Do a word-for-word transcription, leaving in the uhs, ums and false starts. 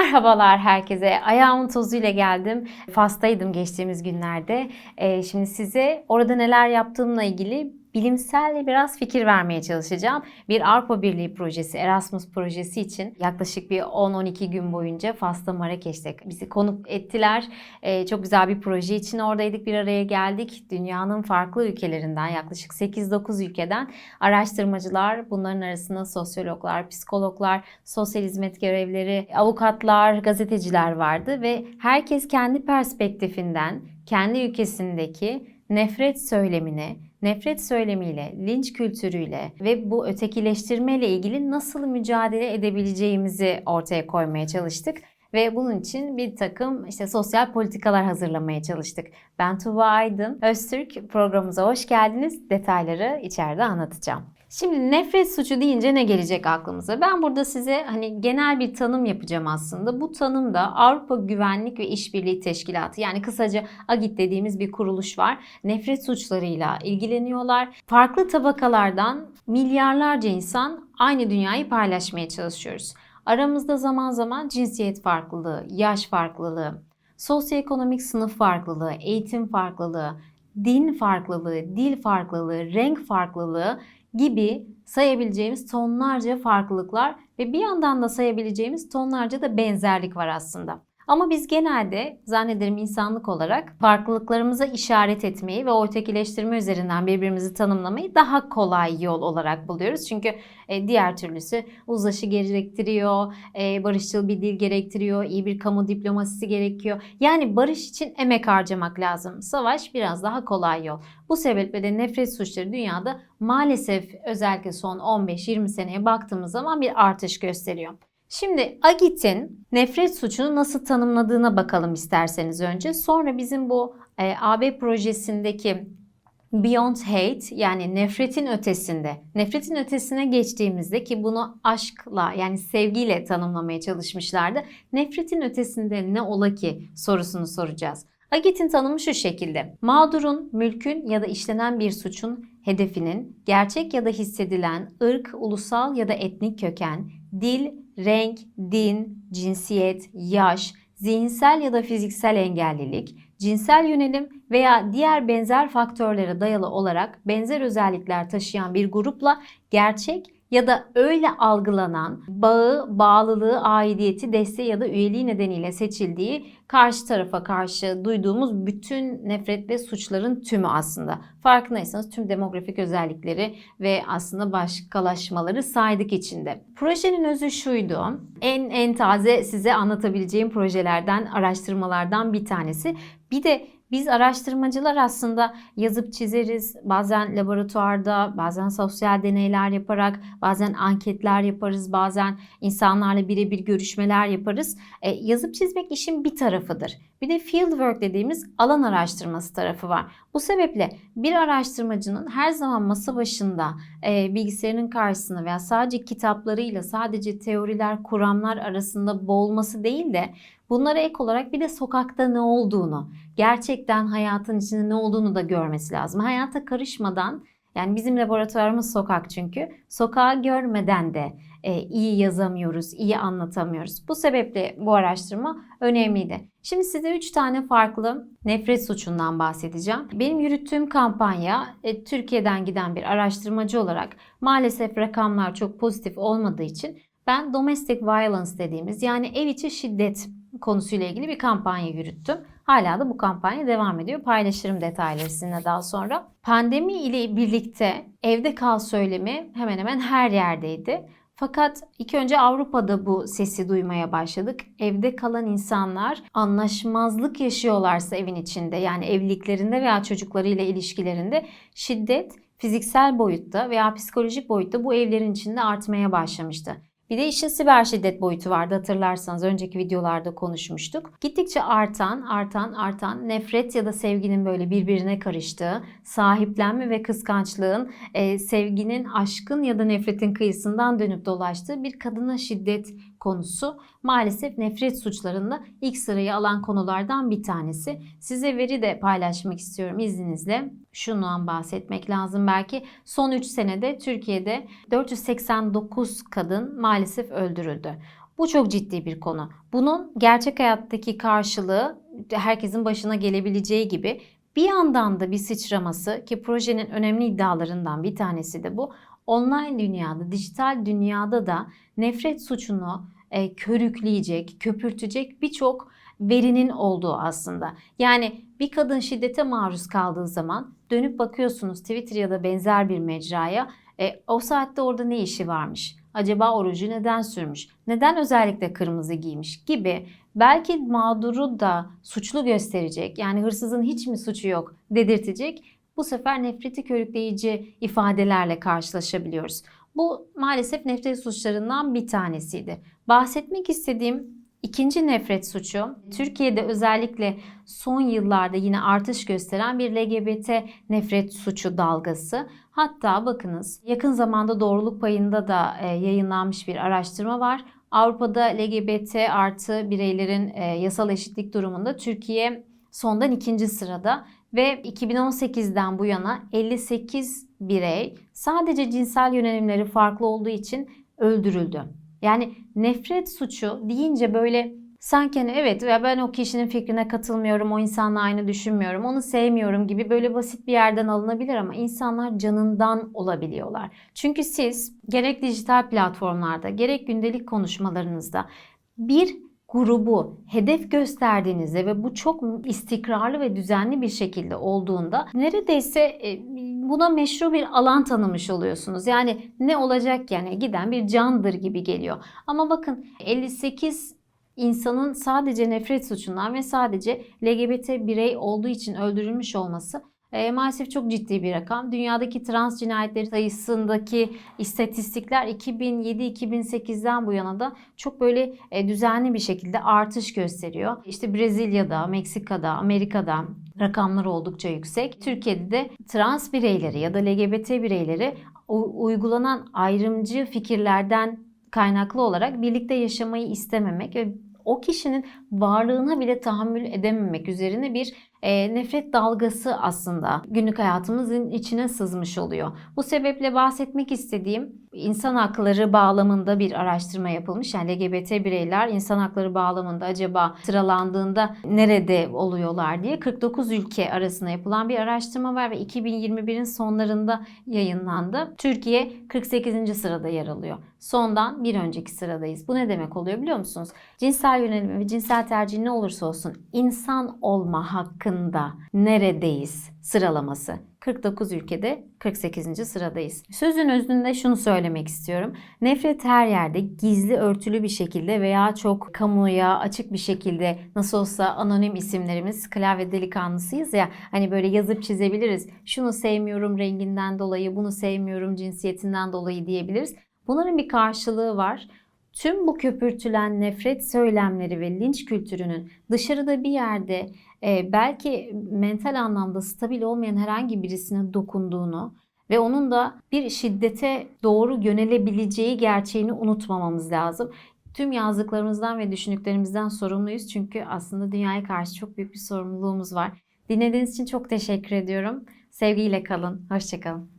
Merhabalar herkese. Ayağımın tozuyla geldim. Fas'taydım geçtiğimiz günlerde. Ee, şimdi size orada neler yaptığımla ilgili bilimsel biraz fikir vermeye çalışacağım. Bir Avrupa Birliği projesi, Erasmus projesi için yaklaşık bir on on iki gün boyunca Fas'ta, Marrakeş'te bizi konuk ettiler. Ee, çok güzel bir proje için oradaydık, bir araya geldik. Dünyanın farklı ülkelerinden, yaklaşık sekiz dokuz ülkeden araştırmacılar, bunların arasında sosyologlar, psikologlar, sosyal hizmet görevlileri, avukatlar, gazeteciler vardı ve herkes kendi perspektifinden, kendi ülkesindeki nefret söylemini, nefret söylemiyle, linç kültürüyle ve bu ötekileştirmeyle ilgili nasıl mücadele edebileceğimizi ortaya koymaya çalıştık. Ve bunun için bir takım işte sosyal politikalar hazırlamaya çalıştık. Ben Tuğba Aydın, Öztürk, programımıza hoş geldiniz. Detayları içeride anlatacağım. Şimdi nefret suçu deyince ne gelecek aklımıza? Ben burada size hani genel bir tanım yapacağım aslında. Bu tanım da Avrupa Güvenlik ve İşbirliği Teşkilatı, yani kısaca AGİT dediğimiz bir kuruluş var. Nefret suçlarıyla ilgileniyorlar. Farklı tabakalardan milyarlarca insan aynı dünyayı paylaşmaya çalışıyoruz. Aramızda zaman zaman cinsiyet farklılığı, yaş farklılığı, sosyoekonomik sınıf farklılığı, eğitim farklılığı, din farklılığı, dil farklılığı, renk farklılığı gibi sayabileceğimiz tonlarca farklılıklar ve bir yandan da sayabileceğimiz tonlarca da benzerlik var aslında. Ama biz genelde zannederim insanlık olarak farklılıklarımıza işaret etmeyi ve ortakileştirme üzerinden birbirimizi tanımlamayı daha kolay yol olarak buluyoruz. Çünkü diğer türlüsü uzlaşı gerektiriyor, barışçıl bir dil gerektiriyor, iyi bir kamu diplomasisi gerekiyor. Yani barış için emek harcamak lazım. Savaş biraz daha kolay yol. Bu sebeple de nefret suçları dünyada maalesef özellikle son on beş yirmi seneye baktığımız zaman bir artış gösteriyor. Şimdi AGİT'in nefret suçunu nasıl tanımladığına bakalım isterseniz önce. Sonra bizim bu e, A B projesindeki Beyond Hate, yani nefretin ötesinde, nefretin ötesine geçtiğimizde ki bunu aşkla, yani sevgiyle tanımlamaya çalışmışlardı. Nefretin ötesinde ne ola ki sorusunu soracağız. AGİT'in tanımı şu şekilde: mağdurun, mülkün ya da işlenen bir suçun hedefinin gerçek ya da hissedilen ırk, ulusal ya da etnik köken, dil, renk, din, cinsiyet, yaş, zihinsel ya da fiziksel engellilik, cinsel yönelim veya diğer benzer faktörlere dayalı olarak benzer özellikler taşıyan bir grupla gerçek ya da öyle algılanan bağı, bağlılığı, aidiyeti, desteği ya da üyeliği nedeniyle seçildiği karşı tarafa karşı duyduğumuz bütün nefret ve suçların tümü aslında. Farkındaysanız tüm demografik özellikleri ve aslında başkalaşmaları saydık içinde. Projenin özü şuydu. En en taze size anlatabileceğim projelerden, araştırmalardan bir tanesi. Bir de biz araştırmacılar aslında yazıp çizeriz, bazen laboratuvarda, bazen sosyal deneyler yaparak, bazen anketler yaparız, bazen insanlarla birebir görüşmeler yaparız. E, yazıp çizmek işin bir tarafıdır. Bir de field work dediğimiz alan araştırması tarafı var. Bu sebeple bir araştırmacının her zaman masa başında, e, bilgisayarının karşısında veya sadece kitaplarıyla, sadece teoriler, kuramlar arasında boğulması değil de bunlara ek olarak bir de sokakta ne olduğunu, gerçekten hayatın içinde ne olduğunu da görmesi lazım. Hayata karışmadan, yani bizim laboratuvarımız sokak çünkü, sokağı görmeden de e, iyi yazamıyoruz, iyi anlatamıyoruz. Bu sebeple bu araştırma önemliydi. Şimdi size üç tane farklı nefret suçundan bahsedeceğim. Benim yürüttüğüm kampanya e, Türkiye'den giden bir araştırmacı olarak maalesef rakamlar çok pozitif olmadığı için ben domestic violence dediğimiz, yani ev içi şiddet konusuyla ilgili bir kampanya yürüttüm. Hala da bu kampanya devam ediyor. Paylaşırım detayları sizinle daha sonra. Pandemi ile birlikte evde kal söylemi hemen hemen her yerdeydi. Fakat ilk önce Avrupa'da bu sesi duymaya başladık. Evde kalan insanlar anlaşmazlık yaşıyorlarsa evin içinde, yani evliliklerinde veya çocuklarıyla ilişkilerinde şiddet fiziksel boyutta veya psikolojik boyutta bu evlerin içinde artmaya başlamıştı. Bir de işin siber şiddet boyutu vardı, hatırlarsanız önceki videolarda konuşmuştuk. Gittikçe artan, artan, artan nefret ya da sevginin böyle birbirine karıştığı, sahiplenme ve kıskançlığın, e, sevginin, aşkın ya da nefretin kıyısından dönüp dolaştığı bir kadına şiddet konusu maalesef nefret suçlarında ilk sırayı alan konulardan bir tanesi. Size veri de paylaşmak istiyorum izninizle. Şundan bahsetmek lazım belki. Son üç senede Türkiye'de dört yüz seksen dokuz kadın maalesef öldürüldü. Bu çok ciddi bir konu. Bunun gerçek hayattaki karşılığı herkesin başına gelebileceği gibi bir yandan da bir sıçraması, ki projenin önemli iddialarından bir tanesi de bu. Online dünyada, dijital dünyada da nefret suçunu e, körükleyecek, köpürtecek birçok verinin olduğu aslında. Yani bir kadın şiddete maruz kaldığı zaman dönüp bakıyorsunuz Twitter ya da benzer bir mecraya, e, o saatte orada ne işi varmış? Acaba orucu neden sürmüş? Neden özellikle kırmızı giymiş gibi belki mağduru da suçlu gösterecek, yani hırsızın hiç mi suçu yok dedirtecek, bu sefer nefreti körükleyici ifadelerle karşılaşabiliyoruz. Bu maalesef nefret suçlarından bir tanesiydi. Bahsetmek istediğim İkinci nefret suçu, Türkiye'de özellikle son yıllarda yine artış gösteren bir L G B T nefret suçu dalgası. Hatta bakınız, yakın zamanda doğruluk payında da yayınlanmış bir araştırma var. Avrupa'da L G B T artı bireylerin yasal eşitlik durumunda Türkiye sondan ikinci sırada ve iki bin on sekizden bu yana elli sekiz birey sadece cinsel yönelimleri farklı olduğu için öldürüldü. Yani nefret suçu deyince böyle sanki hani evet ya ben o kişinin fikrine katılmıyorum, o insanla aynı düşünmüyorum, onu sevmiyorum gibi böyle basit bir yerden alınabilir ama insanlar canından olabiliyorlar. Çünkü siz gerek dijital platformlarda gerek gündelik konuşmalarınızda bir grubu hedef gösterdiğinizde ve bu çok istikrarlı ve düzenli bir şekilde olduğunda neredeyse buna meşru bir alan tanımış oluyorsunuz. Yani ne olacak, yani giden bir candır gibi geliyor. Ama bakın elli sekiz insanın sadece nefret suçundan ve sadece L G B T birey olduğu için öldürülmüş olması E, maalesef çok ciddi bir rakam. Dünyadaki trans cinayetleri sayısındaki istatistikler iki bin yedi iki bin sekizden bu yana da çok böyle e, düzenli bir şekilde artış gösteriyor. İşte Brezilya'da, Meksika'da, Amerika'da rakamlar oldukça yüksek. Türkiye'de de trans bireyleri ya da L G B T bireyleri uygulanan ayrımcı fikirlerden kaynaklı olarak birlikte yaşamayı istememek ve o kişinin varlığına bile tahammül edememek üzerine bir e, nefret dalgası aslında günlük hayatımızın içine sızmış oluyor. Bu sebeple bahsetmek istediğim insan hakları bağlamında bir araştırma yapılmış. Yani L G B T bireyler insan hakları bağlamında acaba sıralandığında nerede oluyorlar diye kırk dokuz ülke arasında yapılan bir araştırma var ve iki bin yirmi birin sonlarında yayınlandı. Türkiye kırk sekizinci sırada yer alıyor. Sondan bir önceki sıradayız. Bu ne demek oluyor biliyor musunuz? Cinsel yönelimi ve cinsel tercih ne olursa olsun insan olma hakkında neredeyiz sıralaması. kırk dokuz ülkede kırk sekizinci sıradayız. Sözün özünde şunu söylemek istiyorum. Nefret her yerde gizli, örtülü bir şekilde veya çok kamuya açık bir şekilde, nasıl olsa anonim isimlerimiz klavye delikanlısıyız ya, hani böyle yazıp çizebiliriz. Şunu sevmiyorum renginden dolayı, bunu sevmiyorum cinsiyetinden dolayı diyebiliriz. Bunların bir karşılığı var. Tüm bu köpürtülen nefret söylemleri ve linç kültürünün dışarıda bir yerde e, belki mental anlamda stabil olmayan herhangi birisine dokunduğunu ve onun da bir şiddete doğru yönelebileceği gerçeğini unutmamamız lazım. Tüm yazdıklarımızdan ve düşündüklerimizden sorumluyuz çünkü aslında dünyaya karşı çok büyük bir sorumluluğumuz var. Dinlediğiniz için çok teşekkür ediyorum. Sevgiyle kalın. Hoşça kalın.